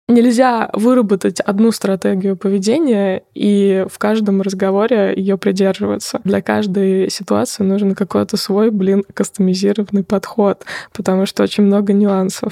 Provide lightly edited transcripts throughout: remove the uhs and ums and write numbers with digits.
Нельзя выработать одну стратегию поведения и в каждом разговоре ее придерживаться. Для каждой ситуации нужен какой-то свой, кастомизированный подход, потому что очень много нюансов.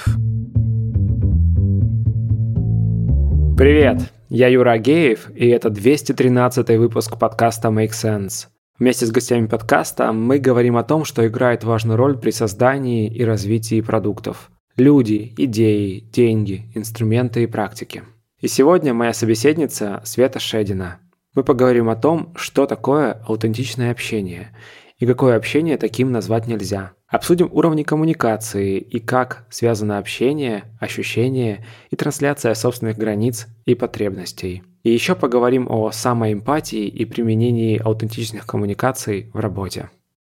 Привет, я Юра Агеев, и это 213-й выпуск подкаста Make Sense. Вместе с гостями подкаста мы говорим о том, что играет важную роль при создании и развитии продуктов. Люди, идеи, деньги, инструменты и практики. И сегодня моя собеседница Света Шедина. Мы поговорим о том, что такое аутентичное общение и какое общение таким назвать нельзя. Обсудим уровни коммуникации и как связано общение, ощущение и трансляция собственных границ и потребностей. И еще поговорим о самоэмпатии и применении аутентичных коммуникаций в работе.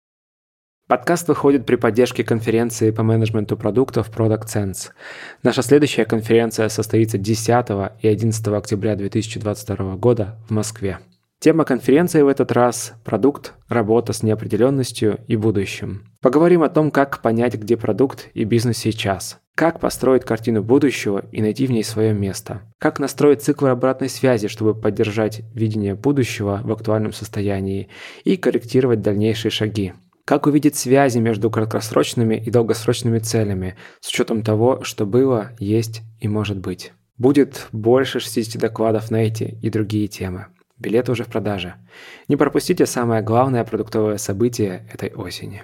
Подкаст выходит при поддержке конференции по менеджменту продуктов Product Sense. Наша следующая конференция состоится 10 и 11 октября 2022 года в Москве. Тема конференции в этот раз – продукт, работа с неопределенностью и будущим. Поговорим о том, как понять, где продукт и бизнес сейчас, как построить картину будущего и найти в ней свое место, как настроить цикл обратной связи, чтобы поддержать видение будущего в актуальном состоянии и корректировать дальнейшие шаги. Как увидеть связи между краткосрочными и долгосрочными целями с учетом того, что было, есть и может быть. Будет больше 60 докладов на эти и другие темы. Билеты уже в продаже. Не пропустите самое главное продуктовое событие этой осени.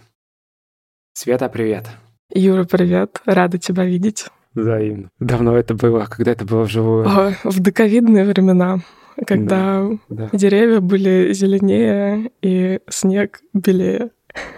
Света, привет. Юра, привет. Рада тебя видеть. Взаимно. Давно это было? Когда это было вживую? В доковидные времена, когда деревья были зеленее и снег белее.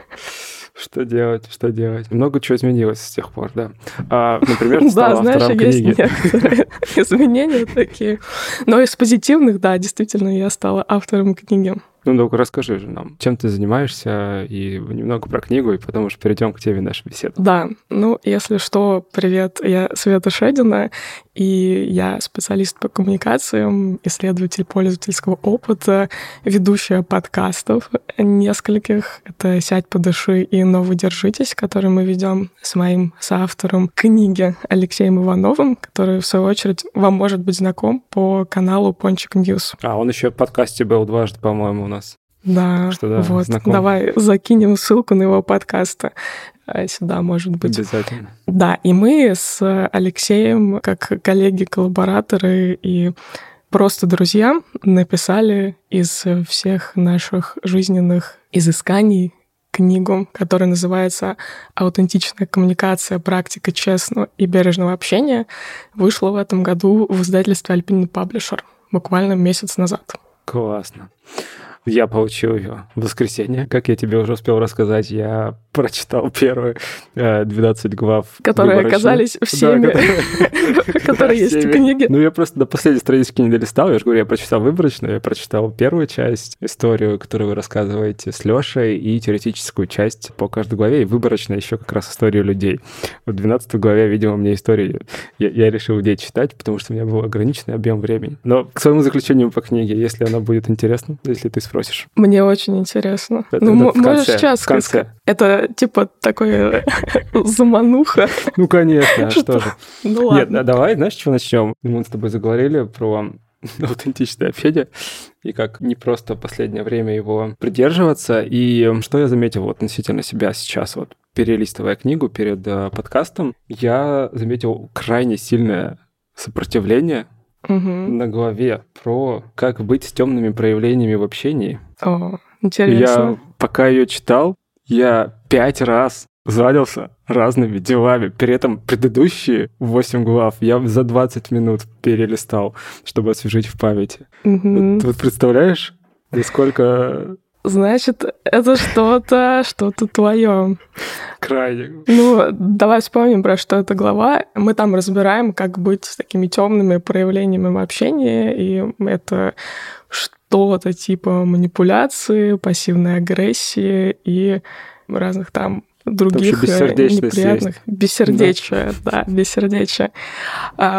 Что делать? Много чего изменилось с тех пор, да. Например, стал автором книги. Да, знаешь, есть некоторые изменения такие. Но из позитивных, да, действительно, я стала автором книги. Ну, расскажи же нам, чем ты занимаешься, и немного про книгу, и потом уже перейдем к теме нашей беседы. Да, если что, привет, я Света Шедина, и я специалист по коммуникациям, исследователь пользовательского опыта, ведущая подкастов нескольких. Это «Сядь, подыши» и «Но вы держитесь», которые мы ведем с моим соавтором книги Алексеем Ивановым, который, в свою очередь, вам может быть знаком по каналу Пончик Ньюс. Он еще в подкасте был дважды, по-моему, у нас. Да, вот. Знаком. Давай закинем ссылку на его подкасты сюда, может быть. Обязательно. Да, и мы с Алексеем, как коллеги, коллабораторы и просто друзья, написали из всех наших жизненных изысканий книгу, которая называется «Аутентичная коммуникация. Практика честного и бережного общения». Вышла в этом году в издательстве Alpine Publisher, буквально месяц назад. Классно. Я получил ее в воскресенье. Как я тебе уже успел рассказать, я прочитал первые 12 глав. Которые оказались всеми, которые есть в книге. Я просто до последней страницы не долистал. Я же говорю, я прочитал выборочно. Я прочитал первую часть, историю, которую вы рассказываете с Лешей, и теоретическую часть по каждой главе, и выборочно еще как раз историю людей. В 12 главе, видимо, мне истории... Я решил людей читать, потому что у меня был ограниченный объем времени. Но к своему заключению по книге, если она будет интересна, если ты спросишь. Мне очень интересно. Можешь сейчас сказать. Это типа такой замануха. Конечно, что же. Ну ладно. Нет, давай, знаешь, чего начнем? Мы с тобой заговорили про аутентичное общение и как не просто в последнее время его придерживаться. И что я заметил относительно себя сейчас, перелистывая книгу перед подкастом, я заметил крайне сильное сопротивление на главе про как быть с темными проявлениями в общении. О, интересно. Я пока ее читал, я 5 раз занялся разными делами. При этом предыдущие 8 глав я за 20 минут перелистал, чтобы освежить в памяти. Вот представляешь, насколько... Значит, это что-то твое. Крайне. Давай вспомним, про что эта глава. Мы там разбираем, как быть с такими темными проявлениями в общении, и это что-то типа манипуляции, пассивной агрессии и разных там других неприятных... Бессердечия, да, бессердечия.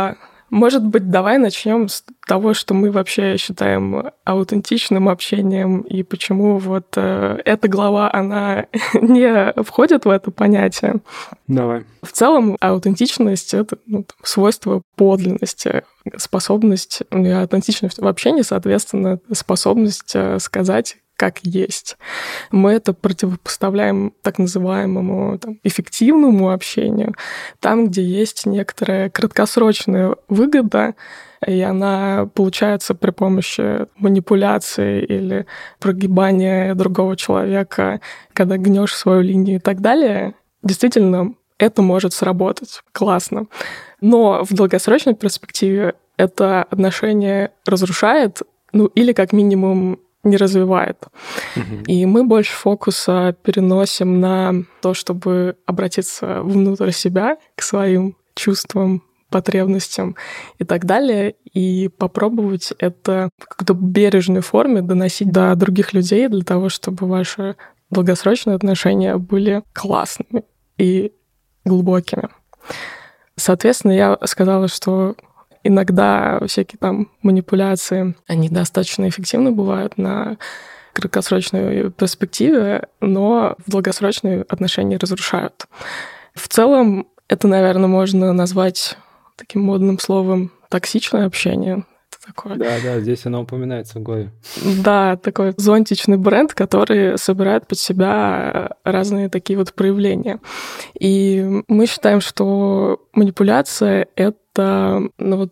Может быть, давай начнем с того, что мы вообще считаем аутентичным общением, и почему вот эта глава, она не входит в это понятие. Давай. В целом, аутентичность — это свойство подлинности, способность, аутентичность в общении, соответственно, способность сказать как есть. Мы это противопоставляем так называемому эффективному общению, там, где есть некоторая краткосрочная выгода, и она получается при помощи манипуляции или прогибания другого человека, когда гнешь свою линию и так далее. Действительно, это может сработать. Классно. Но в долгосрочной перспективе это отношение разрушает, или как минимум не развивает. И мы больше фокуса переносим на то, чтобы обратиться внутрь себя, к своим чувствам, потребностям и так далее, и попробовать это в какой-то бережной форме доносить до других людей для того, чтобы ваши долгосрочные отношения были классными и глубокими. Соответственно, я сказала, что иногда всякие там манипуляции, они достаточно эффективны бывают на краткосрочной перспективе, но в долгосрочные отношения разрушают. В целом, это, наверное, можно назвать таким модным словом токсичное общение. Такое. Да, здесь оно упоминается в главе. Да, такой зонтичный бренд, который собирает под себя разные такие вот проявления. И мы считаем, что манипуляция — это,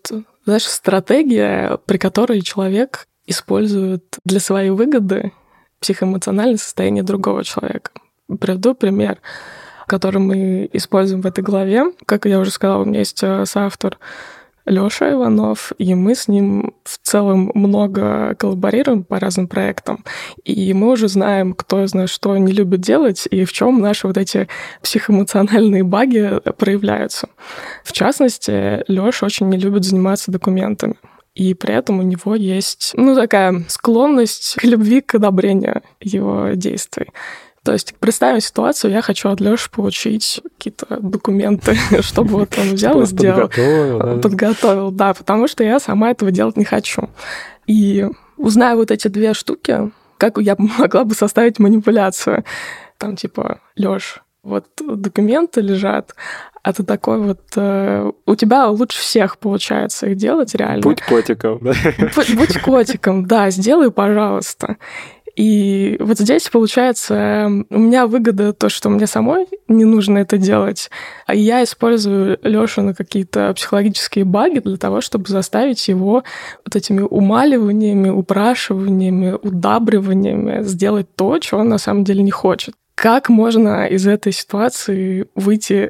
стратегия, при которой человек использует для своей выгоды психоэмоциональное состояние другого человека. Приведу пример, который мы используем в этой главе. Как я уже сказала, у меня есть соавтор Лёша Иванов, и мы с ним в целом много коллаборируем по разным проектам, и мы уже знаем, кто из нас что не любит делать и в чем наши вот эти психоэмоциональные баги проявляются. В частности, Лёша очень не любит заниматься документами, и при этом у него есть, такая склонность к любви к одобрению его действий. То есть представим ситуацию, я хочу от Лёши получить какие-то документы, чтобы вот он взял и сделал. Подготовил, да, потому что я сама этого делать не хочу. И узная вот эти две штуки, как я могла бы составить манипуляцию. Там типа, Лёш, вот документы лежат, а ты такой вот... у тебя лучше всех получается их делать реально. Будь котиком, да? Будь котиком, да, сделай, пожалуйста. И вот здесь, получается, у меня выгода то, что мне самой не нужно это делать, а я использую Лёшу на какие-то психологические баги для того, чтобы заставить его вот этими умаливаниями, упрашиваниями, удабриваниями сделать то, чего он на самом деле не хочет. Как можно из этой ситуации выйти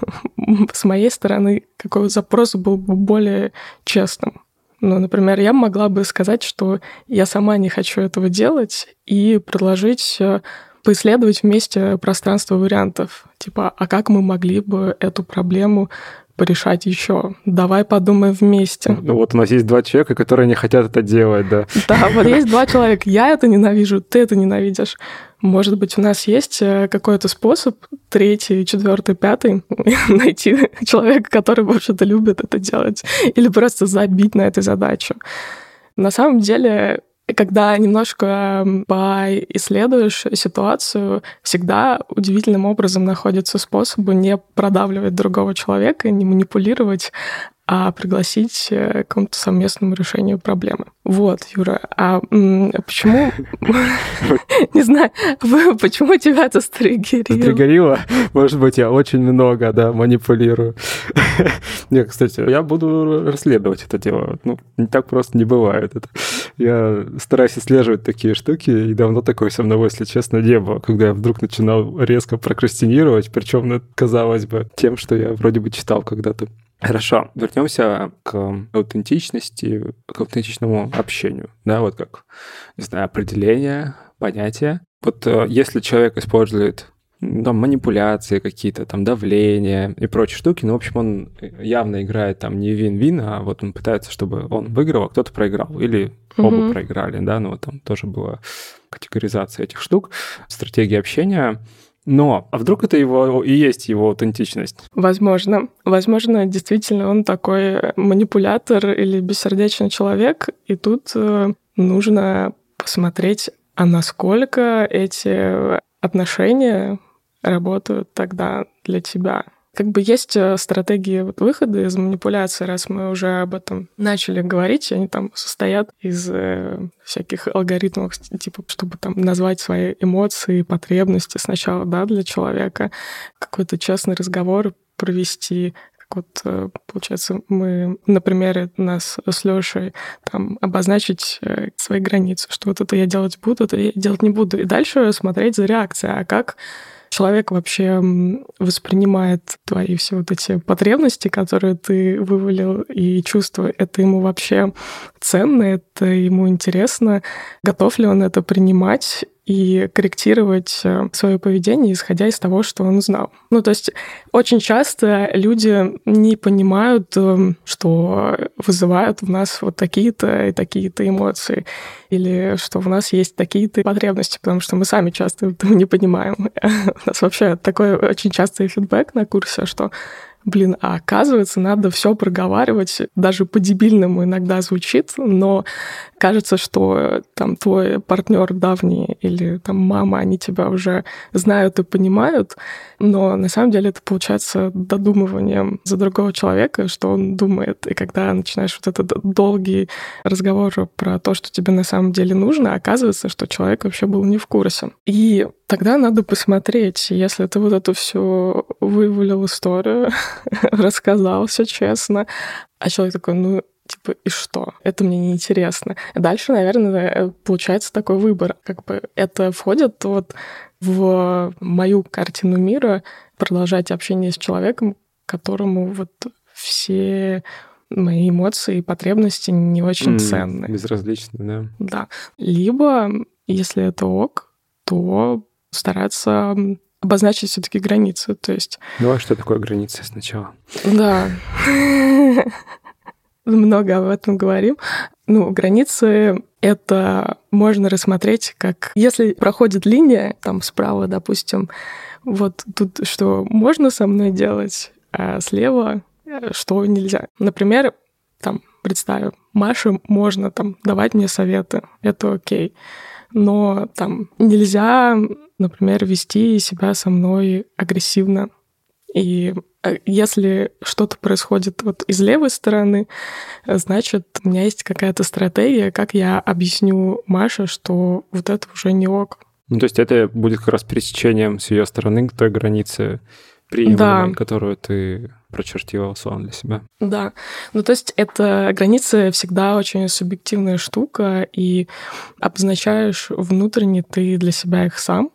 с моей стороны, какой запрос был бы более честным? Например, я могла бы сказать, что я сама не хочу этого делать, и предложить поисследовать вместе пространство вариантов. Типа, а как мы могли бы эту проблему порешать еще? Давай подумаем вместе. Вот у нас есть два человека, которые не хотят это делать, да. Да, вот есть два человека. Я это ненавижу, ты это ненавидишь. Может быть, у нас есть какой-то способ, третий, четвертый, пятый, найти человека, который вообще-то любит это делать, или просто забить на эту задачу. На самом деле, когда немножко поисследуешь ситуацию, всегда удивительным образом находятся способы не продавливать другого человека, не манипулировать, а пригласить к какому-то совместному решению проблемы. Вот, Юра, а почему... Не знаю, почему тебя это стригерило? Стригерило? Может быть, я очень много, манипулирую. Нет, кстати, я буду расследовать это дело. Не так просто не бывает. Я стараюсь отслеживать такие штуки, и давно такое со мной, если честно, не было, когда я вдруг начинал резко прокрастинировать, причем, казалось бы, тем, что я вроде бы читал когда-то. Хорошо, вернемся к аутентичности, к аутентичному общению. Да, вот как, не знаю, определение, понятие. Вот если человек использует манипуляции какие-то, давление и прочие штуки, в общем, он явно играет не вин-вин, а вот он пытается, чтобы он выиграл, а кто-то проиграл, или оба проиграли, да, там тоже была категоризация этих штук, стратегия общения. Но, а вдруг это его и есть его аутентичность? Возможно. Возможно, действительно, он такой манипулятор или бессердечный человек, и тут нужно посмотреть, а насколько эти отношения работают тогда для тебя. Как бы есть стратегии выхода из манипуляции, раз мы уже об этом начали говорить, они там состоят из всяких алгоритмов, типа, чтобы там назвать свои эмоции, потребности сначала, да, для человека, какой-то честный разговор провести. Вот, получается, мы на примере нас с Лёшей там обозначить свои границы, что вот это я делать буду, это я делать не буду. И дальше смотреть за реакцией, а как человек вообще воспринимает твои все вот эти потребности, которые ты вывалил, и чувства. Это ему вообще ценно, это ему интересно, готов ли он это принимать и корректировать свое поведение, исходя из того, что он знал. Ну, то есть очень часто люди не понимают, что вызывают в нас вот такие-то и такие-то эмоции, или что у нас есть такие-то потребности, потому что мы сами часто этого не понимаем. У нас вообще такой очень частый фидбэк на курсе, что а оказывается, надо все проговаривать, даже по-дебильному иногда звучит, но кажется, что там твой партнер давний или там мама, они тебя уже знают и понимают, но на самом деле это получается додумыванием за другого человека, что он думает. И когда начинаешь вот этот долгий разговор про то, что тебе на самом деле нужно, оказывается, что человек вообще был не в курсе. И тогда надо посмотреть, если ты вот эту всю вывалил историю, рассказал все честно, а человек такой, и что? Это мне неинтересно. Дальше, наверное, получается такой выбор. Как бы это входит вот в мою картину мира продолжать общение с человеком, которому вот все мои эмоции и потребности не очень ценны. Безразлично, да. Да. Либо, если это ок, то стараться обозначить все-таки границы. То есть... Давай, что такое границы сначала? Да. Много об этом говорим. Границы — это можно рассмотреть как... Если проходит линия, там справа, допустим, вот тут что можно со мной делать, а слева что нельзя. Например, там, представим, Маше можно там давать мне советы, это окей. Но там нельзя, например, вести себя со мной агрессивно. И если что-то происходит вот из левой стороны, значит, у меня есть какая-то стратегия, как я объясню Маше, что вот это уже не ок. То есть это будет как раз пересечением с ее стороны к той границе приемлемой, да, которую ты прочертила условно для себя. Да. То есть эта граница всегда очень субъективная штука, и обозначаешь внутренне ты для себя их сам.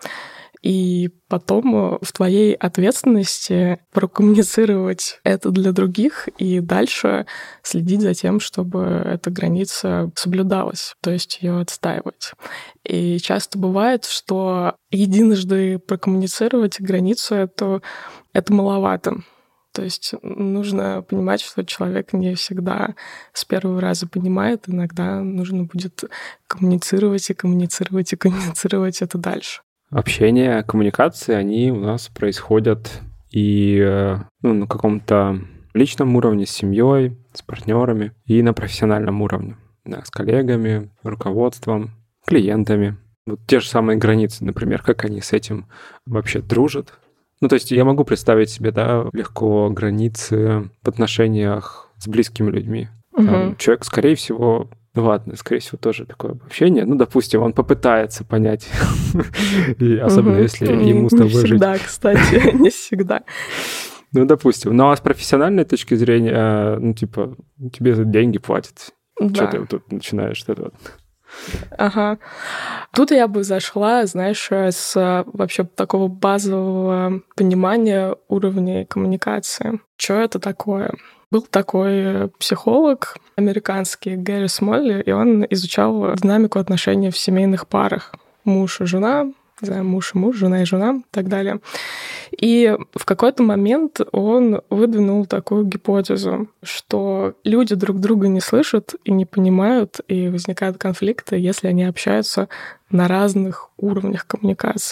И потом в твоей ответственности прокоммуницировать это для других и дальше следить за тем, чтобы эта граница соблюдалась, то есть ее отстаивать. И часто бывает, что единожды прокоммуницировать границу это маловато. То есть нужно понимать, что человек не всегда с первого раза понимает, иногда нужно будет коммуницировать и коммуницировать и коммуницировать это дальше. Общение, коммуникации, они у нас происходят и на каком-то личном уровне, с семьей, с партнерами, и на профессиональном уровне, да, с коллегами, руководством, клиентами. Вот те же самые границы, например, как они с этим вообще дружат. То есть я могу представить себе, да, легко границы в отношениях с близкими людьми. Там человек, скорее всего... скорее всего, тоже такое обобщение. Допустим, он попытается понять, и особенно если ему с тобой жить. Не всегда, кстати, не всегда. Допустим. А с профессиональной точки зрения, тебе за деньги платят. Что ты тут начинаешь что-то... Ага. Тут я бы зашла, знаешь, с вообще такого базового понимания уровня коммуникации. Что это такое? Был такой психолог американский Гэри Смолли, и он изучал динамику отношений в семейных парах. Муж и жена, не знаю, муж и муж, жена и жена и так далее. И в какой-то момент он выдвинул такую гипотезу, что люди друг друга не слышат и не понимают, и возникают конфликты, если они общаются на разных уровнях коммуникации.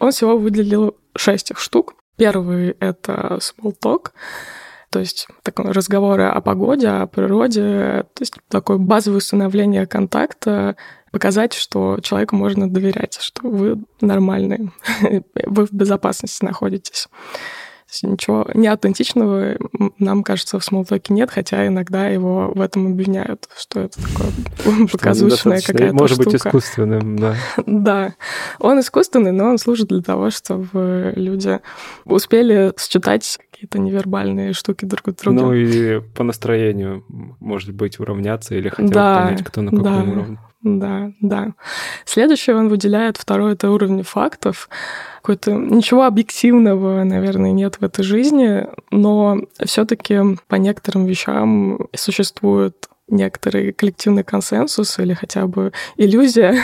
Он всего выделил 6 их штук. Первый — это small talk, то есть такой разговоры о погоде, о природе, то есть такое базовое установление контакта, показать, что человеку можно доверять, что вы нормальные, вы в безопасности находитесь. Ничего неаутентичного, нам кажется, в смолтоке нет, хотя иногда его в этом обвиняют, что это такое показушная какая-то штука. Может быть искусственным, да. Да, он искусственный, но он служит для того, чтобы люди успели считать какие-то невербальные штуки друг от друга. Ну и по настроению, может быть, уравняться или хотя бы понять, кто на каком уровне. Да. Следующее он выделяет, второй — это уровень фактов. Какой-то ничего объективного, наверное, нет в этой жизни, но все-таки по некоторым вещам существует некоторый коллективный консенсус или хотя бы иллюзия,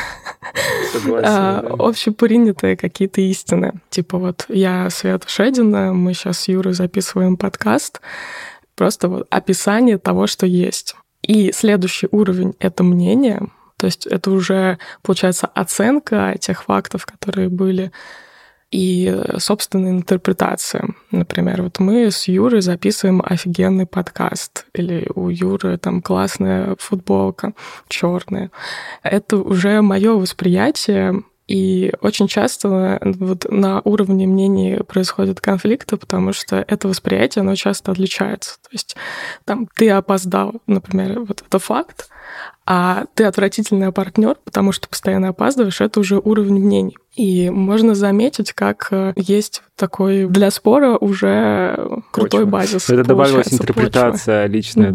общепринятые какие-то истины. Типа вот я Света Шедина, мы сейчас с Юрой записываем подкаст, просто вот описание того, что есть. И следующий уровень — это мнение. То есть это уже, получается, оценка тех фактов, которые были, и собственная интерпретация. Например, вот мы с Юрой записываем офигенный подкаст, или у Юры там классная футболка черная. Это уже мое восприятие, и очень часто вот на уровне мнений происходят конфликты, потому что это восприятие, оно часто отличается. То есть там ты опоздал, например, вот это факт, а ты отвратительный партнер, потому что постоянно опаздываешь, это уже уровень мнений. И можно заметить, как есть такой для спора уже крутой базис. Это добавилась интерпретация личная.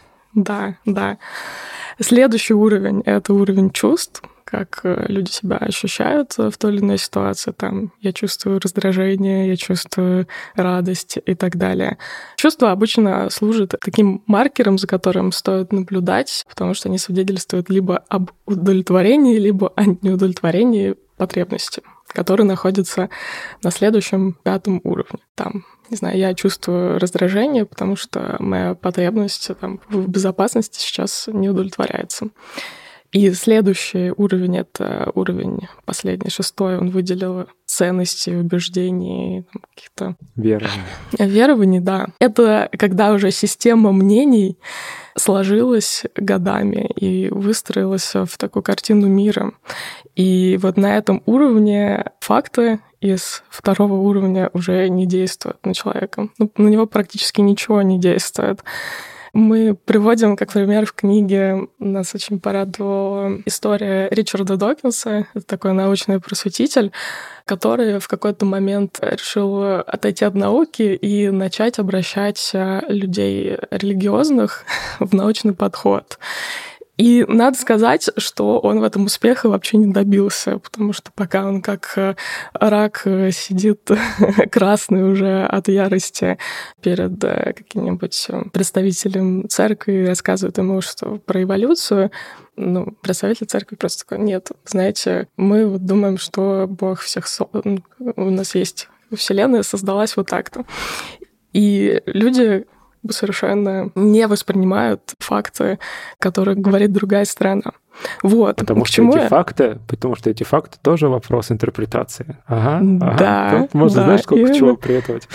Да. Следующий уровень — это уровень чувств, как люди себя ощущают в той или иной ситуации. Там я чувствую раздражение, я чувствую радость и так далее. Чувства обычно служат таким маркером, за которым стоит наблюдать, потому что они свидетельствуют либо об удовлетворении, либо о неудовлетворении потребности, которые находятся на следующем 5 уровне. Там, не знаю, я чувствую раздражение, потому что моя потребность там, в безопасности сейчас не удовлетворяется. И следующий уровень — это уровень последний, 6, он выделил ценности, убеждений, каких-то... Верований, да. Это когда уже система мнений сложилась годами и выстроилась в такую картину мира. И вот на этом уровне факты из 2 уровня уже не действуют на человека. На него практически ничего не действует. Мы приводим, как пример, в книге, нас очень порадовала история Ричарда Докинса, это такой научный просветитель, который в какой-то момент решил отойти от науки и начать обращать людей религиозных в научный подход. И надо сказать, что он в этом успеха вообще не добился, потому что пока он как рак сидит красный уже от ярости перед каким-нибудь представителем церкви и рассказывает ему, что про эволюцию, представитель церкви просто такой: нет, знаете, мы вот думаем, что Бог всех... У нас есть Вселенная, создалась вот так-то. И люди совершенно не воспринимают факты, которые говорит другая страна. Вот. Потому что эти факты тоже вопрос интерпретации. Да. Тут можно, знаешь, сколько чего приветовать.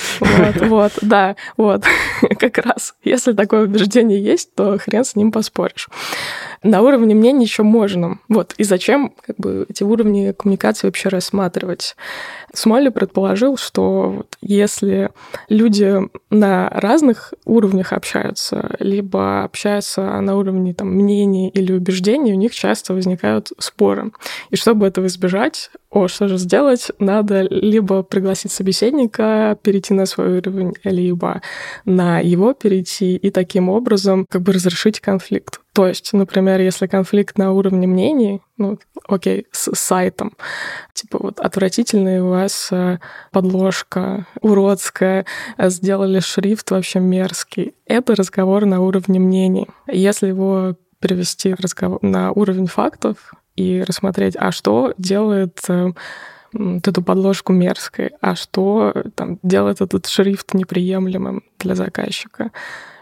Вот. Как раз. Если такое убеждение есть, то хрен с ним поспоришь. На уровне мнений еще можно. Вот. И зачем эти уровни коммуникации вообще рассматривать? Смолли предположил, что если люди на разных уровнях общаются, либо общаются на уровне мнений или убеждений, у них часто возникают споры. И чтобы этого избежать, что же сделать? Надо либо пригласить собеседника перейти на свой уровень, либо на его перейти и таким образом разрешить конфликт. То есть, например, если конфликт на уровне мнений, с сайтом, отвратительная у вас подложка, уродская, сделали шрифт вообще мерзкий. Это разговор на уровне мнений. Если его перевести разговор на уровень фактов и рассмотреть, что делает эту подложку мерзкой, что делает этот шрифт неприемлемым для заказчика.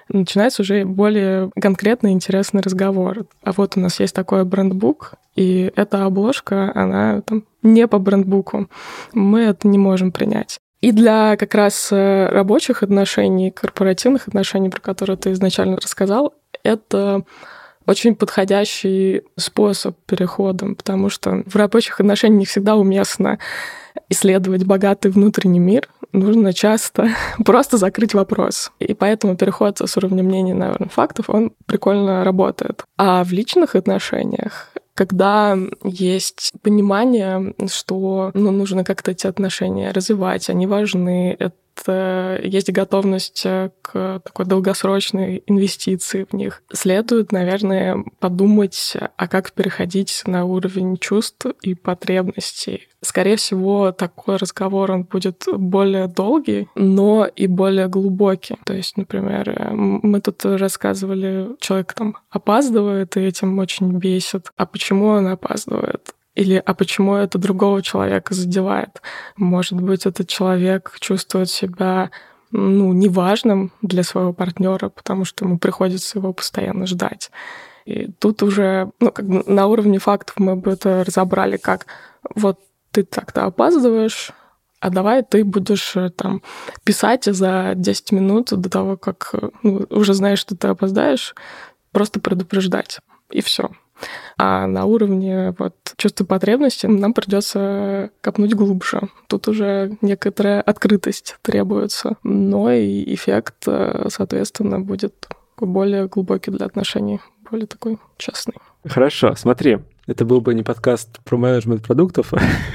начинается уже более конкретный интересный разговор. А вот у нас есть такой брендбук, и эта обложка, она там не по брендбуку. Мы это не можем принять. И для как раз рабочих отношений, корпоративных отношений, про которые ты изначально рассказал, это очень подходящий способ перехода, потому что в рабочих отношениях не всегда уместно исследовать богатый внутренний мир. Нужно часто просто закрыть вопрос. И поэтому переход с уровня мнений на уровень фактов, он прикольно работает. А в личных отношениях, когда есть понимание, что нужно как-то эти отношения развивать, они важны, это есть готовность к такой долгосрочной инвестиции в них. Следует, наверное, подумать, а как переходить на уровень чувств и потребностей. Скорее всего, такой разговор, он будет более долгий, но и более глубокий. То есть, например, мы тут рассказывали, человек там опаздывает, и этим очень бесит. А почему он опаздывает? Или а почему это другого человека задевает? Может быть, этот человек чувствует себя неважным для своего партнера, потому что ему приходится его постоянно ждать. И тут уже на уровне фактов мы бы это разобрали, как вот ты так-то опаздываешь, а давай ты будешь там писать за 10 минут до того, как уже знаешь, что ты опоздаешь, просто предупреждать, и все. А на уровне чувства потребности нам придется копнуть глубже. Тут уже некоторая открытость требуется, но и эффект, соответственно, будет более глубокий для отношений, более такой частный. Хорошо, смотри, это был бы не подкаст про менеджмент продуктов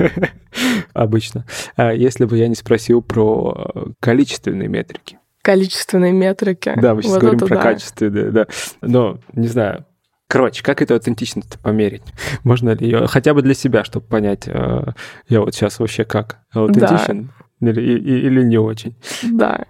обычно, если бы я не спросил про количественные метрики. Количественные метрики. Да, мы сейчас говорим про качественные, да. Но, не знаю, короче, как эту аутентичность померить? Можно ли ее хотя бы для себя, чтобы понять, я вот сейчас вообще как? Аутентичен или не очень? Да.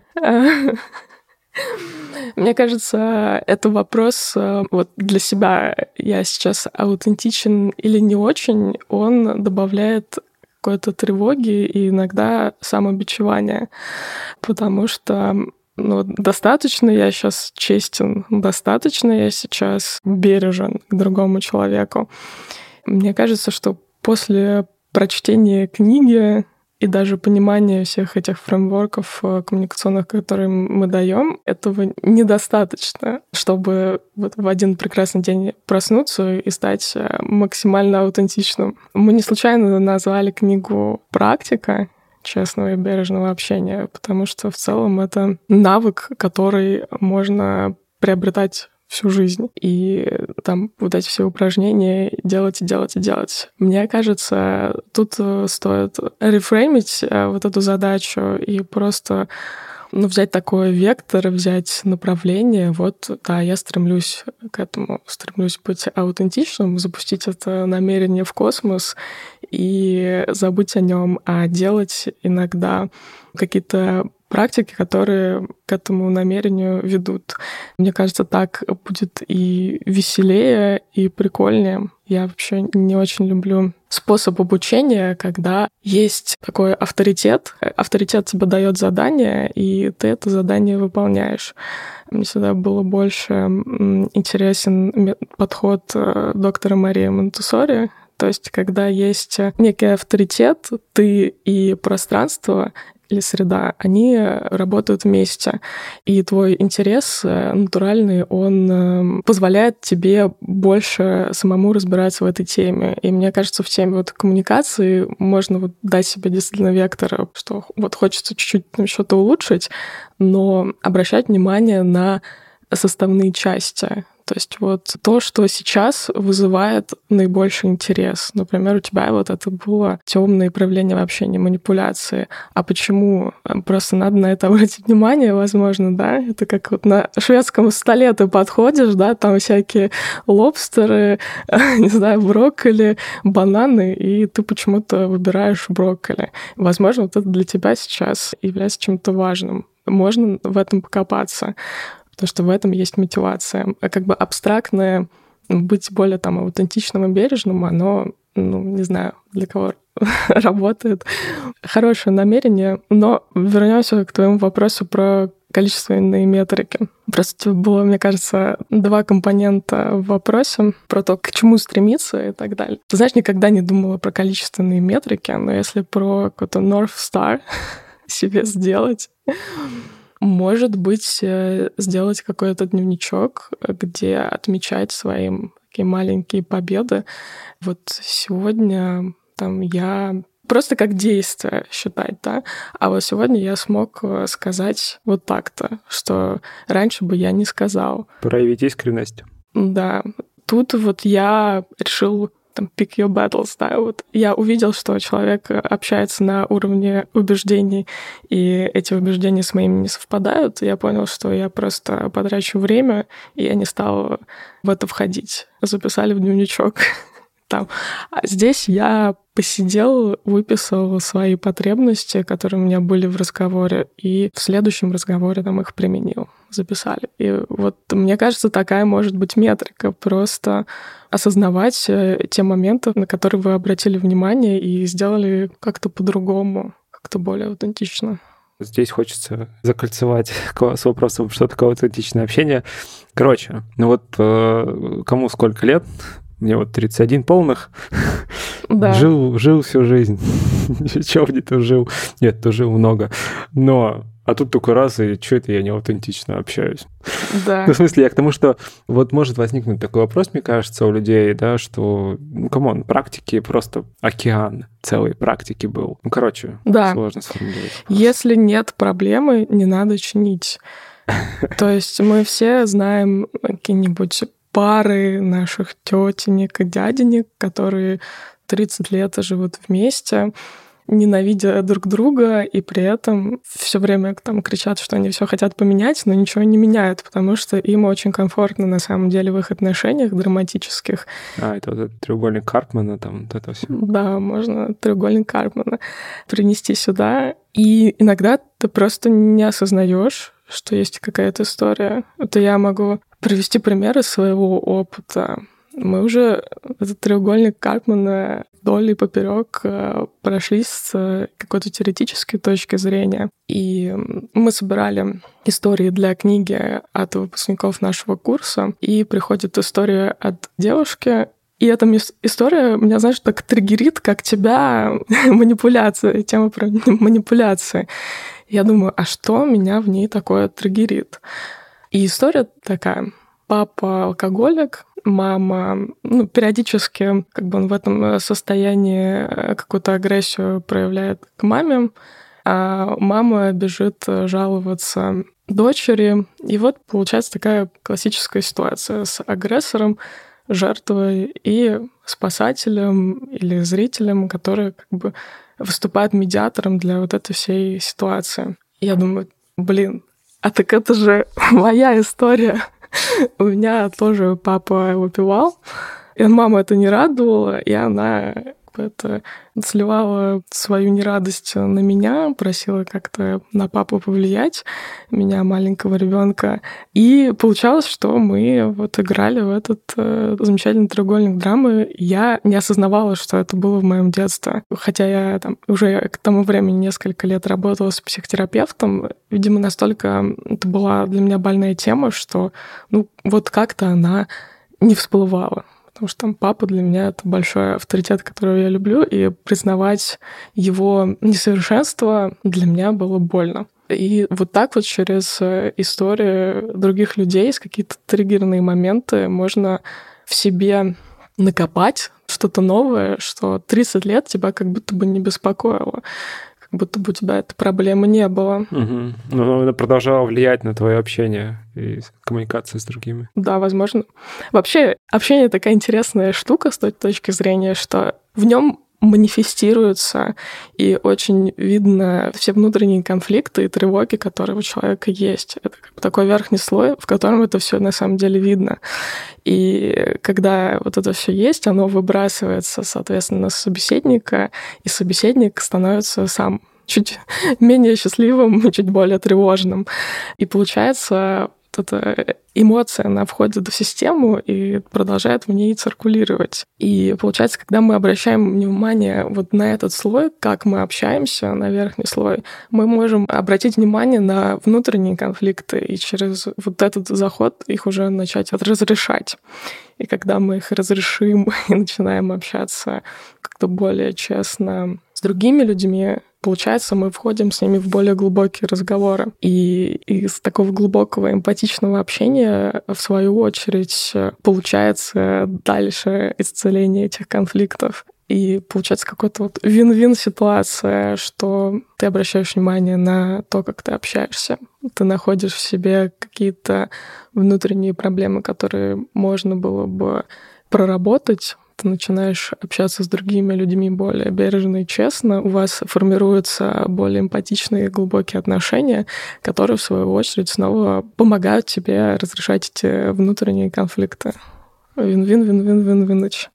Мне кажется, это вопрос для себя. Я сейчас аутентичен или не очень, он добавляет какой-то тревоги и иногда самобичевания. Потому что достаточно я сейчас честен, достаточно я сейчас бережен к другому человеку. Мне кажется, что после прочтения книги и даже понимания всех этих фреймворков коммуникационных, которые мы даем, этого недостаточно, чтобы в один прекрасный день проснуться и стать максимально аутентичным. Мы не случайно назвали книгу «Практика честного и бережного общения», потому что в целом это навык, который можно приобретать всю жизнь. И там эти все упражнения делать. Мне кажется, тут стоит рефреймить эту задачу и просто взять такой вектор, взять направление. Я стремлюсь к этому, стремлюсь быть аутентичным, запустить это намерение в космос и забыть о нем, а делать иногда какие-то практики, которые к этому намерению ведут. Мне кажется, так будет и веселее, и прикольнее. Я вообще не очень люблю способ обучения, когда есть такой авторитет. Авторитет тебе дает задание, и ты это задание выполняешь. Мне всегда было больше интересен подход доктора Марии Монтессори. То есть, когда есть некий авторитет, ты и пространство или среда, они работают вместе. И твой интерес натуральный, он позволяет тебе больше самому разбираться в этой теме. И мне кажется, в теме коммуникации можно дать себе действительно вектор, что хочется чуть-чуть что-то улучшить, но обращать внимание на составные части. То есть то, что сейчас вызывает наибольший интерес. Например, у тебя это было темное проявление в общении, манипуляции. А почему? Просто надо на это обратить внимание, возможно, да? Это как на шведском столе ты подходишь, да, там всякие лобстеры, не знаю, брокколи, бананы, и ты почему-то выбираешь брокколи. Возможно, это для тебя сейчас является чем-то важным. Можно в этом покопаться. Потому что в этом есть мотивация. А абстрактное быть более аутентичным и бережным, оно, не знаю, для кого работает. Хорошее намерение. Но вернемся к твоему вопросу про количественные метрики. Просто было, мне кажется, 2 компонента в вопросе про то, к чему стремиться и так далее. Ты знаешь, никогда не думала про количественные метрики, но если про какой-то North Star себе сделать, может быть, сделать какой-то дневничок, где отмечать свои такие маленькие победы. Вот сегодня там я просто как действие считать, да. А вот сегодня я смог сказать вот так-то, что раньше бы я не сказал. Проявить искренность. Да. Тут вот я решил там pick your battles, да, вот я увидел, что человек общается на уровне убеждений, и эти убеждения с моими не совпадают, и я понял, что я просто потрачу время, и я не стал в это входить. Записали в дневничок там. А здесь я посидел, выписал свои потребности, которые у меня были в разговоре, и в следующем разговоре там их применил, записали. И вот мне кажется, такая может быть метрика, просто осознавать те моменты, на которые вы обратили внимание и сделали как-то по-другому, как-то более аутентично. Здесь хочется закольцевать с вопросом, что такое аутентичное общение. Короче, ну вот кому сколько лет? Мне вот 31 полных. Да. Жил всю жизнь. Чего где-то жил? Нет, то жил много. Но, а тут только раз, и что это я не аутентично общаюсь? Да. Ну, в смысле, я к тому, что вот может возникнуть такой вопрос, мне кажется, у людей, да, что, ну, камон, практики просто океан целой практики был. Ну, короче, да. Сложно сформулировать. Если нет проблемы, не надо чинить. То есть мы все знаем какие-нибудь пары наших тетенек и дяденек, которые 30 лет живут вместе, ненавидя друг друга, и при этом все время там кричат, что они все хотят поменять, но ничего не меняют, потому что им очень комфортно на самом деле в их отношениях драматических. Это вот этот треугольник Карпмана, там вот это все. Да, можно треугольник Карпмана принести сюда. И иногда ты просто не осознаешь, что есть какая-то история. Это я могу привести пример из своего опыта. Мы уже этот треугольник Карпмана вдоль и поперек прошлись с какой-то теоретической точки зрения. И мы собирали истории для книги от выпускников нашего курса, и приходит история от девушки, и эта история меня, знаешь, так триггерит, как тебя манипуляция, тема про манипуляции. Я думаю, а что меня в ней такое триггерит? И история такая. Папа алкоголик, мама, периодически как бы он в этом состоянии какую-то агрессию проявляет к маме, а мама бежит жаловаться дочери. И вот получается такая классическая ситуация с агрессором, жертвой и спасателем или зрителем, который как бы выступает медиатором для вот этой всей ситуации. Я думаю, а так это же моя история. У меня тоже папа выпивал, и мама это не радовала, и она это сливала свою нерадость на меня, просила как-то на папу повлиять, меня, маленького ребенка. И получалось, что мы вот играли в этот замечательный треугольник драмы. Я не осознавала, что это было в моем детстве. Хотя я там уже к тому времени несколько лет работала с психотерапевтом, видимо, настолько это была для меня больная тема, что вот как-то она не всплывала. Потому что там папа для меня — это большой авторитет, которого я люблю, и признавать его несовершенство для меня было больно. И вот так вот через истории других людей, с какие-то триггерные моменты можно в себе накопать что-то новое, что 30 лет тебя как будто бы не беспокоило. Как будто бы у тебя этой проблемы не было. Угу. Но она продолжала влиять на твое общение и коммуникацию с другими. Да, возможно. Вообще, общение такая интересная штука с той точки зрения, что в нем манифестируются и очень видно все внутренние конфликты и тревоги, которые у человека есть. Это как бы такой верхний слой, в котором это все на самом деле видно. И когда вот это все есть, оно выбрасывается, соответственно, на собеседника, и собеседник становится сам чуть менее счастливым, чуть более тревожным. И получается эта эмоция, она входит в систему и продолжает в ней циркулировать. И получается, когда мы обращаем внимание вот на этот слой, как мы общаемся, на верхний слой, мы можем обратить внимание на внутренние конфликты и через вот этот заход их уже начать разрешать. И когда мы их разрешим и начинаем общаться как-то более честно с другими людьми, получается, мы входим с ними в более глубокие разговоры. И из такого глубокого эмпатичного общения, в свою очередь, получается дальше исцеление этих конфликтов. И получается какая-то вот вин-вин ситуация, что ты обращаешь внимание на то, как ты общаешься. Ты находишь в себе какие-то внутренние проблемы, которые можно было бы проработать. Ты начинаешь общаться с другими людьми более бережно и честно, у вас формируются более эмпатичные и глубокие отношения, которые, в свою очередь, снова помогают тебе разрешать эти внутренние конфликты. Вин-вин-вин-вин-вин-виныч.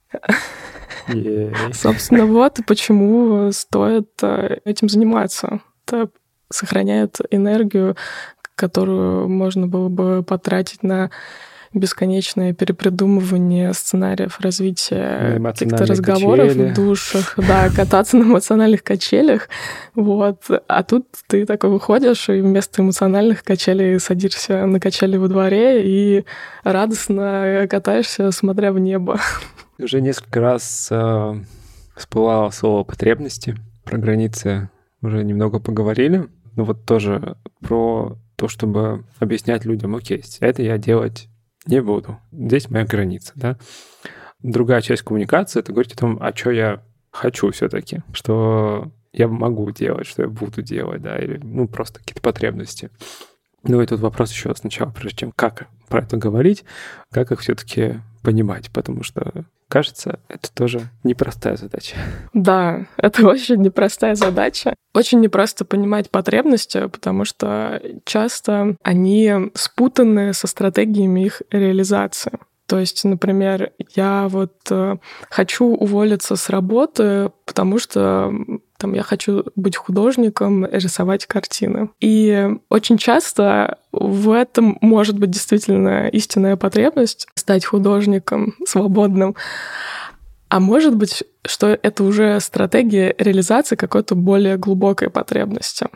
Собственно, вот и почему стоит этим заниматься. Это сохраняет энергию, которую можно было бы потратить на бесконечное перепридумывание сценариев развития каких-то разговоров в душах, да, кататься на эмоциональных качелях, вот. А тут ты такой выходишь и вместо эмоциональных качелей садишься на качели во дворе и радостно катаешься, смотря в небо. Уже несколько раз всплывало слово «потребности». Про границы уже немного поговорили. Но вот тоже про то, чтобы объяснять людям: окей, это я делать не буду. Здесь моя граница, да. Другая часть коммуникации — это говорить о том, а что я хочу все-таки, что я могу делать, что я буду делать, да, или просто какие-то потребности. Ну и тут вопрос еще сначала, прежде чем как про это говорить, как их все-таки понимать, потому что, кажется, это тоже непростая задача. Да, это очень непростая задача. Очень непросто понимать потребности, потому что часто они спутаны со стратегиями их реализации. То есть, например, я хочу уволиться с работы, потому что я хочу быть художником, рисовать картины. И очень часто в этом может быть действительно истинная потребность стать художником свободным. А может быть, что это уже стратегия реализации какой-то более глубокой потребности.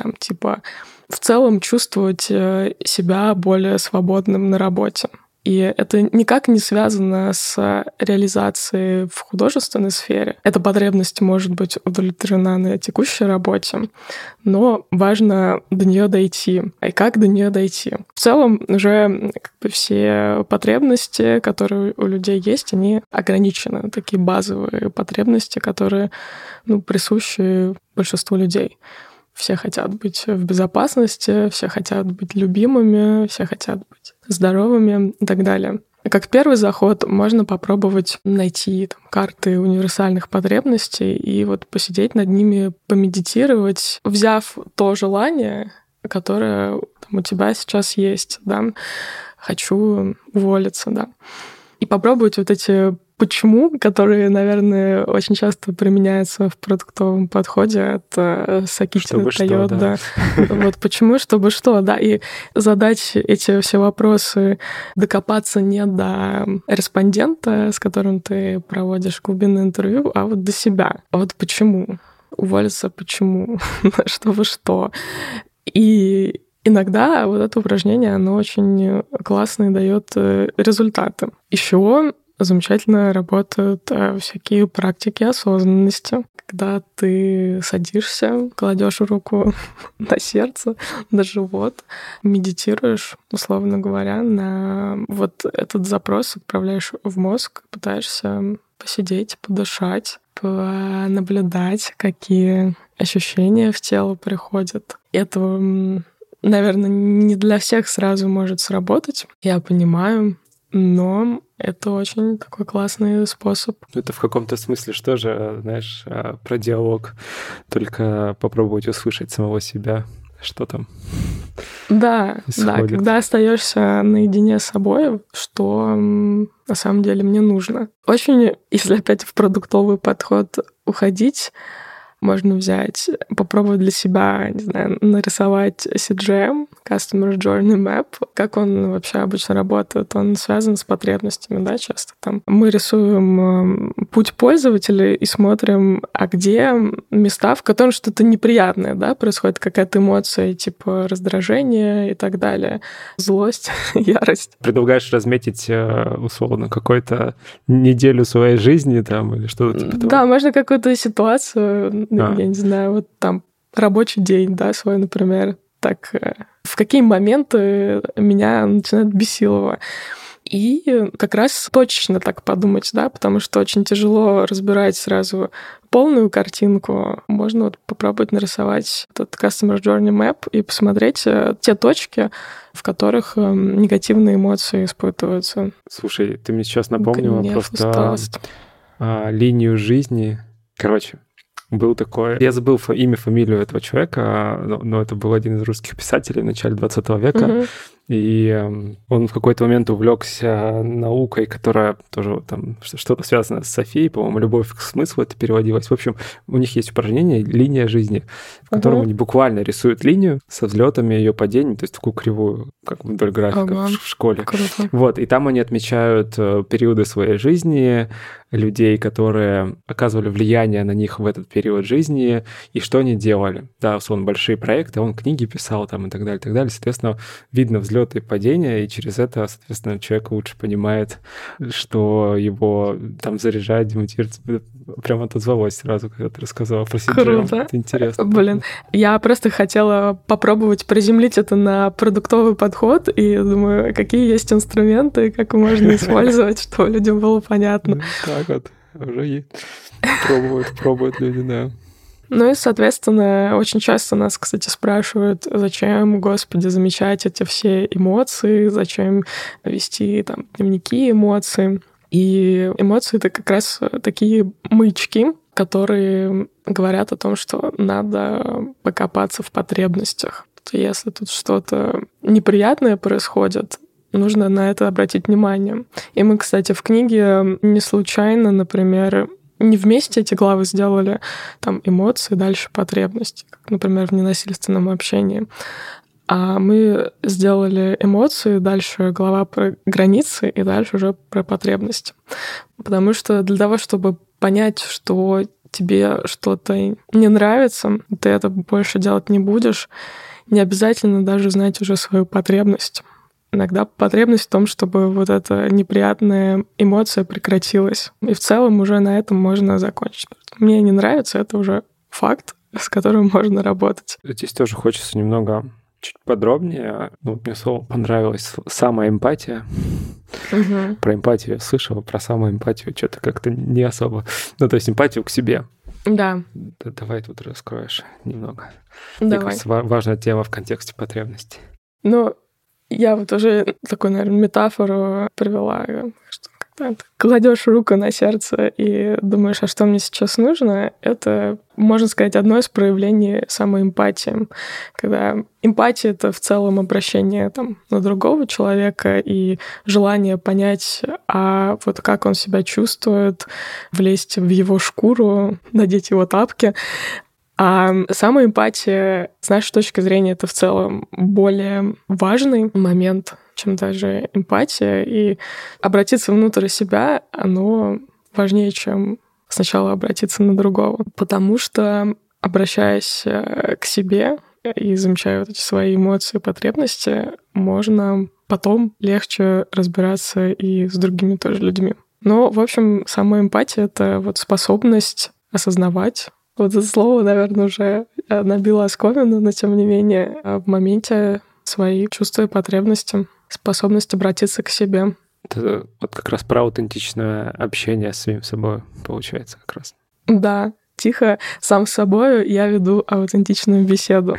В целом чувствовать себя более свободным на работе. И это никак не связано с реализацией в художественной сфере. Эта потребность может быть удовлетворена на текущей работе, но важно до нее дойти. И как до нее дойти? В целом уже все потребности, которые у людей есть, они ограничены. Такие базовые потребности, которые присущи большинству людей. Все хотят быть в безопасности, все хотят быть любимыми, все хотят быть здоровыми и так далее. Как первый заход можно попробовать найти карты универсальных потребностей и посидеть над ними, помедитировать, взяв то желание, которое у тебя сейчас есть, да, хочу уволиться, да, и попробовать эти почему, которые, наверное, очень часто применяются в продуктовом подходе от Сакити Тойота. Да. Вот почему, чтобы что, да, и задать эти все вопросы, докопаться не до респондента, с которым ты проводишь глубинное интервью, а до себя. А почему? Уволиться почему? Чтобы что? И иногда это упражнение, оно очень классно и дает результаты. Еще замечательно работают всякие практики осознанности, когда ты садишься, кладешь руку на сердце, на живот, медитируешь, условно говоря, на этот запрос отправляешь в мозг, пытаешься посидеть, подышать, понаблюдать, какие ощущения в тело приходят. Это, наверное, не для всех сразу может сработать, я понимаю, но это очень такой классный способ. Это в каком-то смысле что же, знаешь, про диалог, только попробовать услышать самого себя, что там Да, когда остаешься наедине с собой, что на самом деле мне нужно. Очень, если опять в продуктовый подход уходить, Можно взять, попробовать для себя, не знаю, нарисовать CGM, Customer Journey Map. Как он вообще обычно работает? Он связан с потребностями, да, часто там. Мы рисуем путь пользователя и смотрим, а где места, в которых что-то неприятное, да, происходит какая-то эмоция, типа раздражение и так далее, злость, ярость. Предлагаешь разметить, условно, какую-то неделю своей жизни там или что-то типа того? Да, можно какую-то ситуацию, я не знаю, вот там рабочий день, да, свой, например, так, в какие моменты меня начинает бесилово. И как раз точечно так подумать, да, потому что очень тяжело разбирать сразу полную картинку. Можно вот попробовать нарисовать этот Customer Journey Map и посмотреть те точки, в которых негативные эмоции испытываются. Слушай, ты мне сейчас напомнила Гнев, просто усталость. линию жизни. Короче, был такой... Я забыл имя, фамилию этого человека, но это был один из русских писателей в начале 20 века. И он в какой-то момент увлекся наукой, которая тоже там что-то связано с Софией, по-моему, «Любовь к смыслу» это переводилось. В общем, у них есть упражнение «Линия жизни», в котором они буквально рисуют линию со взлетами ее падений, то есть такую кривую, как вдоль графика в школе. Круто. Вот, и там они отмечают периоды своей жизни, людей, которые оказывали влияние на них в этот период жизни, и что они делали. Да, условно, большие проекты, он книги писал там и так далее, и так далее. Соответственно, видно взлеты и падения, и через это, соответственно, человек лучше понимает, что его там заряжает, демотивирует. Прям отозвалось сразу, когда ты рассказала про CGM. Круто. Это интересно. Блин, я просто хотела попробовать приземлить это на продуктовый подход, и думаю, какие есть инструменты, как можно использовать, чтобы людям было понятно. Так вот, уже есть. Пробуют люди, да. Ну и, соответственно, очень часто нас, кстати, спрашивают, зачем, Господи, замечать эти все эмоции, зачем вести там дневники эмоций. И эмоции — это как раз такие маячки, которые говорят о том, что надо покопаться в потребностях. Если тут что-то неприятное происходит, нужно на это обратить внимание. И мы, кстати, в книге не случайно, например, не вместе эти главы сделали, там эмоции, дальше потребности, как, например, в ненасильственном общении. А мы сделали эмоции, дальше глава про границы и дальше уже про потребности. Потому что для того, чтобы понять, что тебе что-то не нравится, ты это больше делать не будешь, не обязательно даже знать уже свою потребность. Иногда потребность в том, чтобы вот эта неприятная эмоция прекратилась. И в целом уже на этом можно закончить. Мне не нравится, это уже факт, с которым можно работать. Здесь тоже хочется немного чуть подробнее. Ну, мне слово понравилось самоэмпатия. Про эмпатию я слышала, про самоэмпатию что-то как-то не особо. Ну, то есть эмпатию к себе. Да. Давай тут раскроешь немного. Давай. Мне кажется, важная тема в контексте потребностей. Ну, я вот уже такую, наверное, метафору привела, что когда ты кладешь руку на сердце и думаешь, а что мне сейчас нужно, это, можно сказать, одно из проявлений самоэмпатии. Когда эмпатия — это в целом обращение там, на другого человека и желание понять, а вот как он себя чувствует, влезть в его шкуру, надеть его тапки. А самоэмпатия, с нашей точки зрения, это в целом более важный момент, чем даже эмпатия. И обратиться внутрь себя, оно важнее, чем сначала обратиться на другого. Потому что, обращаясь к себе и замечая вот эти свои эмоции, потребности, можно потом легче разбираться и с другими тоже людьми. Но, в общем, самоэмпатия — это вот способность осознавать. Вот это слово, наверное, уже набило оскомину, но тем не менее в моменте свои чувства и потребности, способность обратиться к себе. Это вот как раз про аутентичное общение с самим собой получается как раз. Да, тихо, сам с собой я веду аутентичную беседу.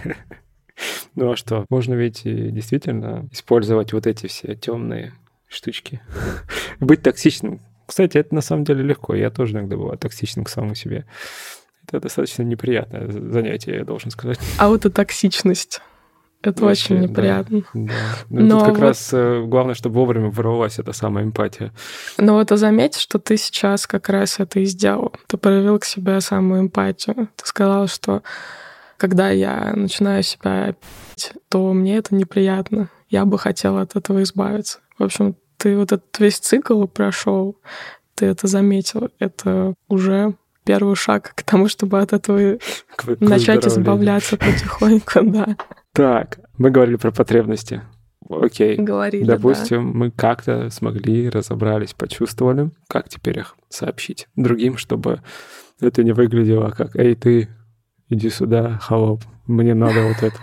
Ну а что? Можно ведь и действительно использовать вот эти все темные штучки. Быть токсичным. Кстати, это на самом деле легко. Я тоже иногда бываю токсичным к самому себе. Это достаточно неприятное занятие, я должен сказать. Аутотоксичность. Это вообще, очень неприятно. Да. Ну, тут как раз главное, чтобы вовремя ворвалась эта самая эмпатия. Но вот заметь, что ты сейчас как раз это и сделал. Ты проявил к себе самую эмпатию. Ты сказал, что когда я начинаю себя пить, то мне это неприятно. Я бы хотела от этого избавиться. В общем, ты вот этот весь цикл прошел, ты это заметил. Это уже первый шаг к тому, чтобы от этого начать избавляться потихоньку, да. Так, мы говорили про потребности. Окей. Говорили, допустим, мы как-то смогли, разобрались, почувствовали. Как теперь их сообщить другим, чтобы это не выглядело как «Эй, ты, иди сюда, холоп, мне надо вот это».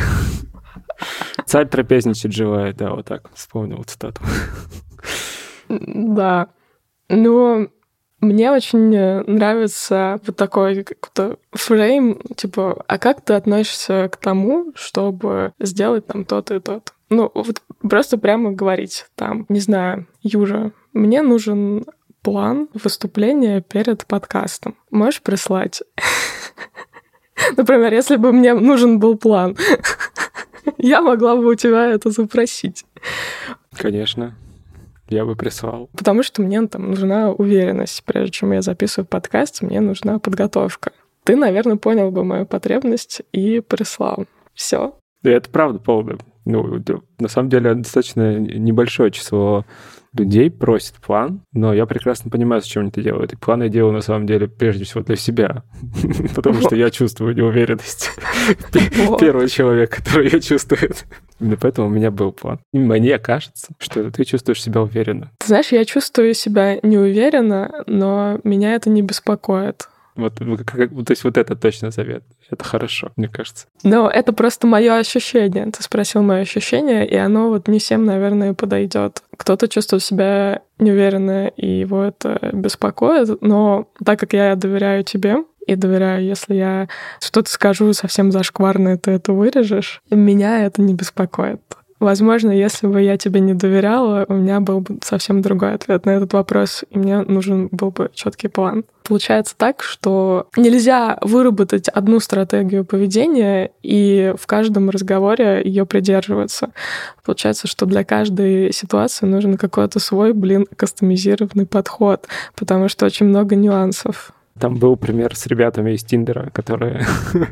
Царь трапезничает живая, да, вот так, вспомнил цитату. Да. Ну, мне очень нравится вот такой как-то фрейм, типа, а как ты относишься к тому, чтобы сделать там то-то и то-то? Ну, вот просто прямо говорить там, не знаю, Юра, мне нужен план выступления перед подкастом. Можешь прислать? Например, если бы мне нужен был план, я могла бы у тебя это запросить. Конечно. Я бы прислал. Потому что мне там нужна уверенность. Прежде чем я записываю подкаст, мне нужна подготовка. Ты, наверное, понял бы мою потребность и прислал. Все. Да, это правда полно. Ну, на самом деле, достаточно небольшое число людей просит план, но я прекрасно понимаю, зачем они это делают. И план я делаю, на самом деле, прежде всего для себя, потому что я чувствую неуверенность. Первый человек, который ее чувствует. Именно поэтому у меня был план. И мне кажется, что ты чувствуешь себя уверенно. Ты знаешь, я чувствую себя неуверенно, но меня это не беспокоит. Вот, то есть вот это точно завет. Это хорошо, мне кажется. Но это просто мое ощущение. Ты спросил мое ощущение, и оно вот не всем, наверное, подойдет. Кто-то чувствует себя неуверенно, и его это беспокоит. Но так как я доверяю тебе, и доверяю, если я что-то скажу совсем зашкварное, ты это вырежешь, меня это не беспокоит. Возможно, если бы я тебе не доверяла, у меня был бы совсем другой ответ на этот вопрос, и мне нужен был бы четкий план. Получается так, что нельзя выработать одну стратегию поведения и в каждом разговоре ее придерживаться. Получается, что для каждой ситуации нужен какой-то свой, кастомизированный подход, потому что очень много нюансов. Там был пример с ребятами из Тиндера, которые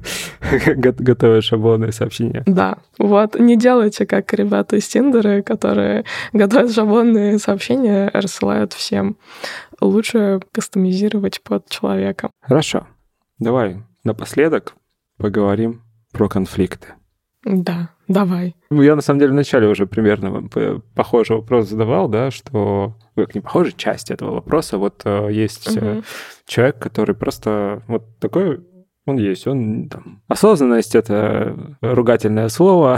готовят шаблонные сообщения. Да, вот не делайте, как ребята из Тиндера, которые готовят шаблонные сообщения, рассылают всем. Лучше кастомизировать под человека. Хорошо. Давай напоследок поговорим про конфликты. Да, давай. Я, на самом деле, вначале уже примерно похожий вопрос задавал, да, что... Как не похожий, часть этого вопроса. Вот есть человек, который просто вот такой... Он есть, он там... Осознанность — это ругательное слово.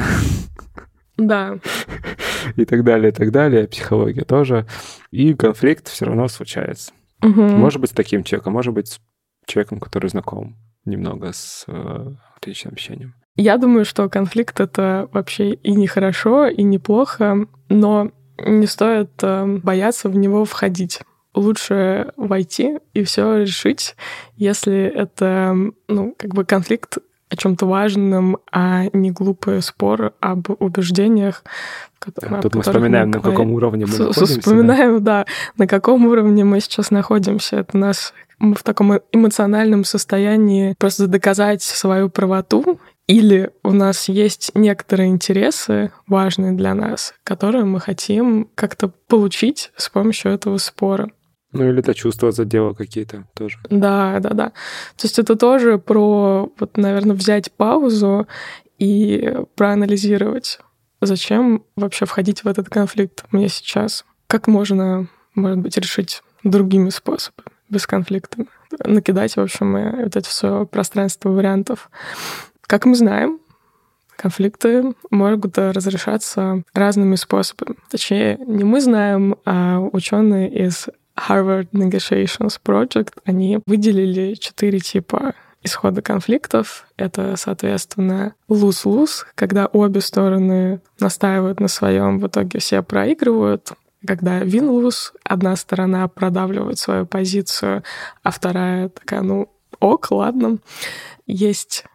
Да. И так далее, психология тоже. И конфликт все равно случается. Может быть, с таким человеком, может быть, с человеком, который знаком немного с личным общением. Я думаю, что конфликт — это вообще и нехорошо, и неплохо, но не стоит бояться в него входить. Лучше войти и все решить, если это, конфликт о чем-то важном, а не глупый спор об убеждениях. Тут мы вспоминаем, на каком уровне мы находимся. Вспоминаем, да, на каком уровне мы сейчас находимся. Это мы в таком эмоциональном состоянии просто доказать свою правоту, или у нас есть некоторые интересы, важные для нас, которые мы хотим как-то получить с помощью этого спора. Ну, или это чувства задела какие-то тоже. Да. То есть это тоже про, наверное, взять паузу и проанализировать, зачем вообще входить в этот конфликт мне сейчас. Как можно, может быть, решить другими способами, без конфликта. Накидать, в общем, вот это все пространство вариантов. Как мы знаем, конфликты могут разрешаться разными способами. Точнее, не мы знаем, а ученые из Harvard Negotiations Project, они выделили 4 типа исхода конфликтов. Это, соответственно, lose-lose, когда обе стороны настаивают на своем, в итоге все проигрывают. Когда win-lose, одна сторона продавливает свою позицию, а вторая такая, ок, ладно. Есть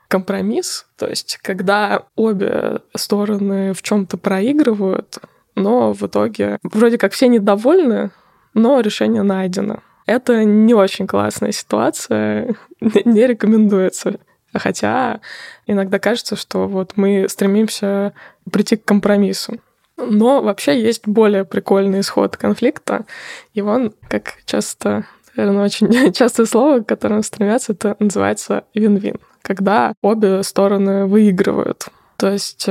компромисс, то есть когда обе стороны в чем-то проигрывают, но в итоге вроде как все недовольны, но решение найдено. Это не очень классная ситуация, не рекомендуется. Хотя иногда кажется, что вот мы стремимся прийти к компромиссу. Но вообще есть более прикольный исход конфликта. И он, как часто, наверное, очень частое слово, к которому стремятся, это называется вин-вин. Когда обе стороны выигрывают. То есть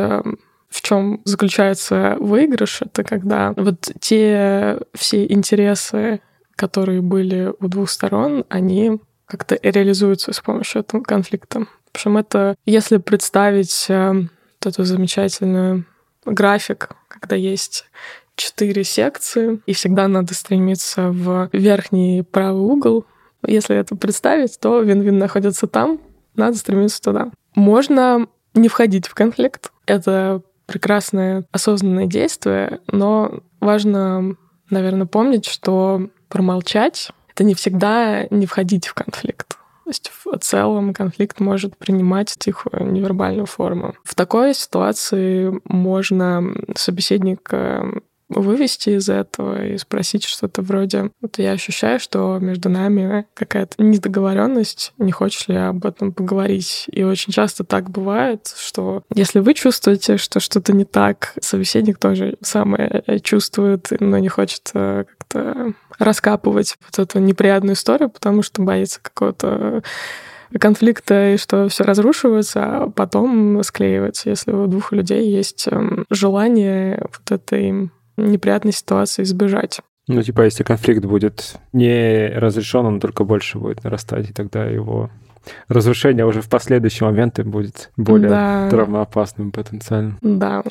в чем заключается выигрыш? Это когда вот те все интересы, которые были у двух сторон, они как-то реализуются с помощью этого конфликта. В общем, это если представить вот эту замечательную график, когда есть 4 секции, и всегда надо стремиться в верхний правый угол. Если это представить, то вин-вин находится там, надо стремиться туда. Можно не входить в конфликт. Это прекрасное осознанное действие, но важно, наверное, помнить, что промолчать — это не всегда не входить в конфликт. То есть в целом конфликт может принимать тихую невербальную форму. В такой ситуации можно собеседника вывести из этого и спросить что-то вроде: вот я ощущаю, что между нами какая-то недоговоренность, не хочешь ли об этом поговорить? И очень часто так бывает, что если вы чувствуете, что что-то не так, собеседник тоже самое чувствует, но не хочет как-то раскапывать вот эту неприятную историю, потому что боится какого-то конфликта и что все разрушивается, а потом склеивается, если у двух людей есть желание вот этой неприятной ситуации избежать. Ну, типа, если конфликт будет не разрешен, он только больше будет нарастать, и тогда его разрушение уже в последующие моменты будет более травмоопасным потенциально. Да,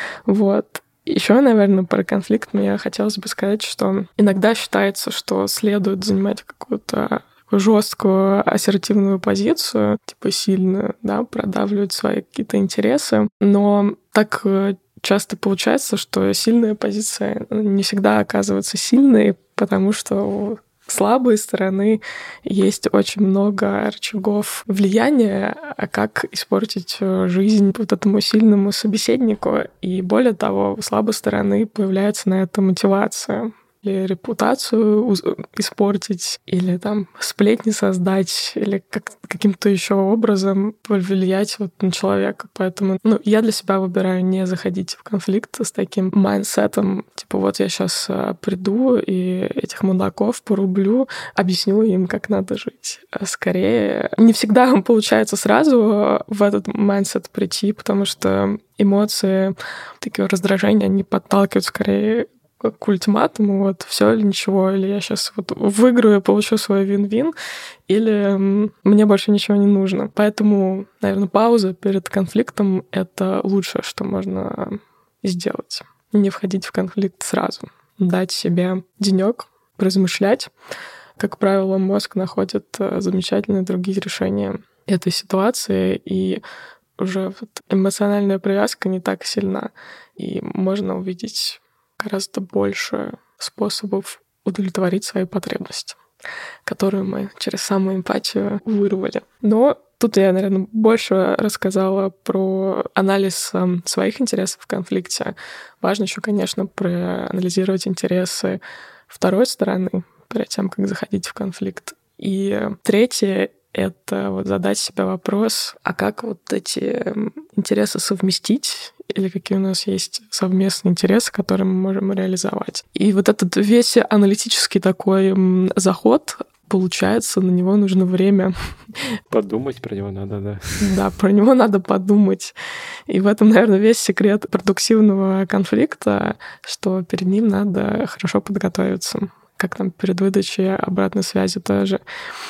вот. Еще, наверное, про конфликт мне хотелось бы сказать, что иногда считается, что следует занимать какую-то жесткую ассертивную позицию, типа сильную, да, продавливать свои какие-то интересы, но так часто получается, что сильная позиция не всегда оказывается сильной, потому что у слабой стороны есть очень много рычагов влияния, а как испортить жизнь вот этому сильному собеседнику. И более того, у слабой стороны появляется на это мотивация. Или репутацию испортить, или там сплетни создать, или каким-то еще образом повлиять вот на человека. Поэтому я для себя выбираю не заходить в конфликт с таким майндсетом, типа вот я сейчас приду и этих мудаков порублю, объясню им, как надо жить. Скорее, не всегда получается сразу в этот майндсет прийти, потому что эмоции, такие раздражения, они подталкивают скорее к ультиматуму, вот, все или ничего, или я сейчас вот выиграю и получу свой вин-вин, или мне больше ничего не нужно. Поэтому, наверное, пауза перед конфликтом — это лучшее, что можно сделать. Не входить в конфликт сразу. Дать себе денек, поразмышлять. Как правило, мозг находит замечательные другие решения этой ситуации, и уже вот эмоциональная привязка не так сильна, и можно увидеть гораздо больше способов удовлетворить свои потребности, которые мы через самую эмпатию вырвали. Но тут я, наверное, больше рассказала про анализ своих интересов в конфликте. Важно еще, конечно, проанализировать интересы второй стороны перед тем, как заходить в конфликт. И третье — это вот задать себе вопрос, а как вот эти интересы совместить, или какие у нас есть совместные интересы, которые мы можем реализовать. И вот этот весь аналитический такой заход, получается, на него нужно время. Подумать про него надо, да. Да, про него надо подумать. И в этом, наверное, весь секрет продуктивного конфликта, что перед ним надо хорошо подготовиться. Как там перед выдачей обратной связи тоже.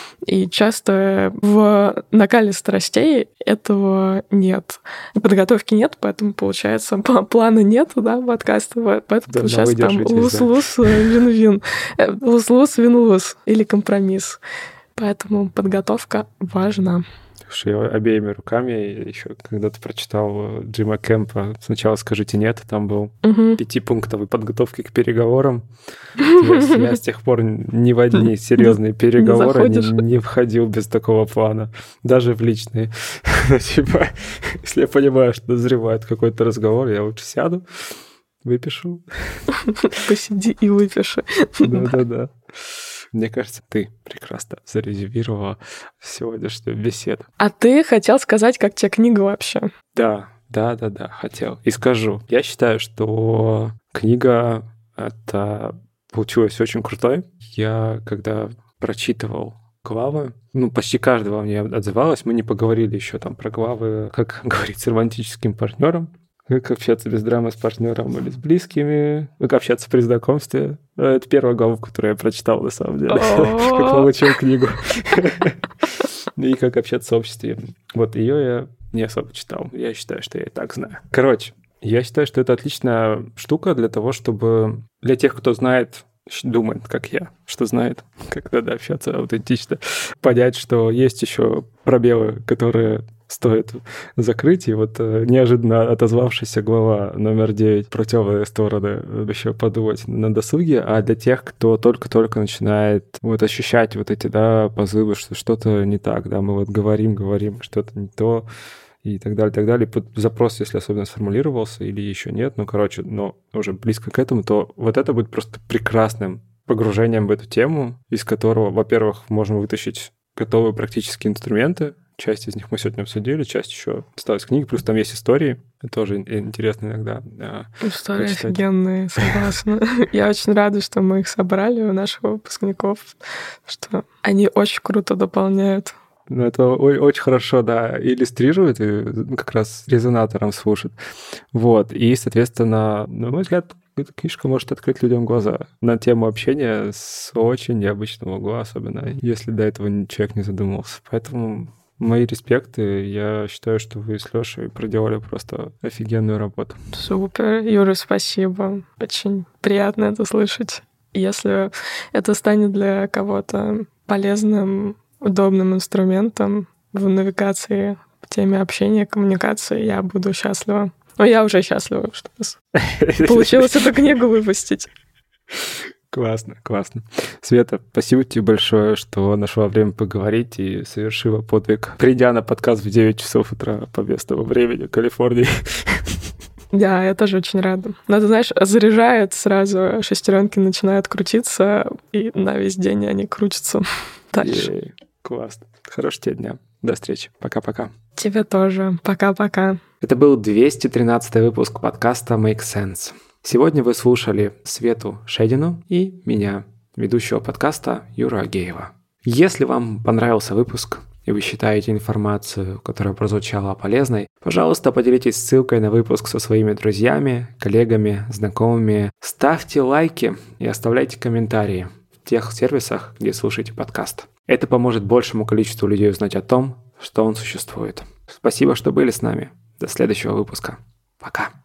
И часто в накале страстей этого нет. Подготовки нет, поэтому, получается, плана нет, да, подкаста. Поэтому да, получается там лус-лус, вин-вин. Лус-лус, вин-лус или компромисс. Поэтому подготовка важна. Я обеими руками еще когда-то прочитал Джима Кэмпа «Сначала скажите нет», там был 5-пунктовой подготовки к переговорам. Я с тех пор ни в одни серьезные переговоры не входил без такого плана, даже в личные. Типа, если я понимаю, что назревает какой-то разговор, я лучше сяду, выпишу. Посиди и выпиши. Да. Мне кажется, ты прекрасно зарезервировала сегодняшнюю беседу. А ты хотел сказать, как тебе книга вообще? Да, хотел. И скажу. Я считаю, что книга это получилась очень крутой. Я когда прочитывал главы, почти каждая во мне отзывалась. Мы не поговорили еще там про главы, как говорить с романтическим партнером, как общаться без драмы с партнером или с близкими, как общаться при знакомстве. Это первая глава, которую я прочитал, на самом деле, как получил книгу. И как общаться в обществе. Вот ее я не особо читал. Я считаю, что я и так знаю. Короче, я считаю, что это отличная штука для того, чтобы для тех, кто знает, думает, как я, что знает, как надо общаться аутентично, понять, что есть еще пробелы, которые стоит закрыть. И вот неожиданно отозвавшаяся глава номер 9 про темные стороны еще подумать на досуге. А для тех, кто только-только начинает ощущать эти, позывы, что что-то не так, мы говорим, что-то не то, и так далее. Запрос, если особенно сформулировался или еще нет, но уже близко к этому, то вот это будет просто прекрасным погружением в эту тему, из которого, во-первых, можно вытащить готовые практические инструменты. Часть из них мы сегодня обсудили, часть еще осталась в книге, плюс там есть истории. Это тоже интересно иногда. Истории офигенные, согласна. Я очень рада, что мы их собрали у наших выпускников, что они очень круто дополняют. Это очень хорошо, иллюстрирует и как раз резонатором слушает. И, соответственно, на мой взгляд, эта книжка может открыть людям глаза на тему общения с очень необычного угла, особенно если до этого человек не задумывался. Поэтому мои респекты. Я считаю, что вы с Лёшей проделали просто офигенную работу. Супер. Юра, спасибо. Очень приятно это слышать. Если это станет для кого-то полезным, удобным инструментом в навигации в теме общения, коммуникации, я буду счастлива. Я уже счастлива, что у нас получилось эту книгу выпустить. Классно. Света, спасибо тебе большое, что нашла время поговорить и совершила подвиг, придя на подкаст в 9 часов утра по местному времени в Калифорнии. Да, я тоже очень рада. Но, ты знаешь, заряжает сразу, шестеренки начинают крутиться, и на весь день они крутятся дальше. Классно. Хорошего тебе дня. До встречи. Пока-пока. Тебе тоже. Пока-пока. Это был 213-й выпуск подкаста Make Sense. Сегодня вы слушали Свету Шедину и меня, ведущего подкаста Юру Агеева. Если вам понравился выпуск и вы считаете информацию, которая прозвучала, полезной, пожалуйста, поделитесь ссылкой на выпуск со своими друзьями, коллегами, знакомыми. Ставьте лайки и оставляйте комментарии в тех сервисах, где слушаете подкаст. Это поможет большему количеству людей узнать о том, что он существует. Спасибо, что были с нами. До следующего выпуска. Пока.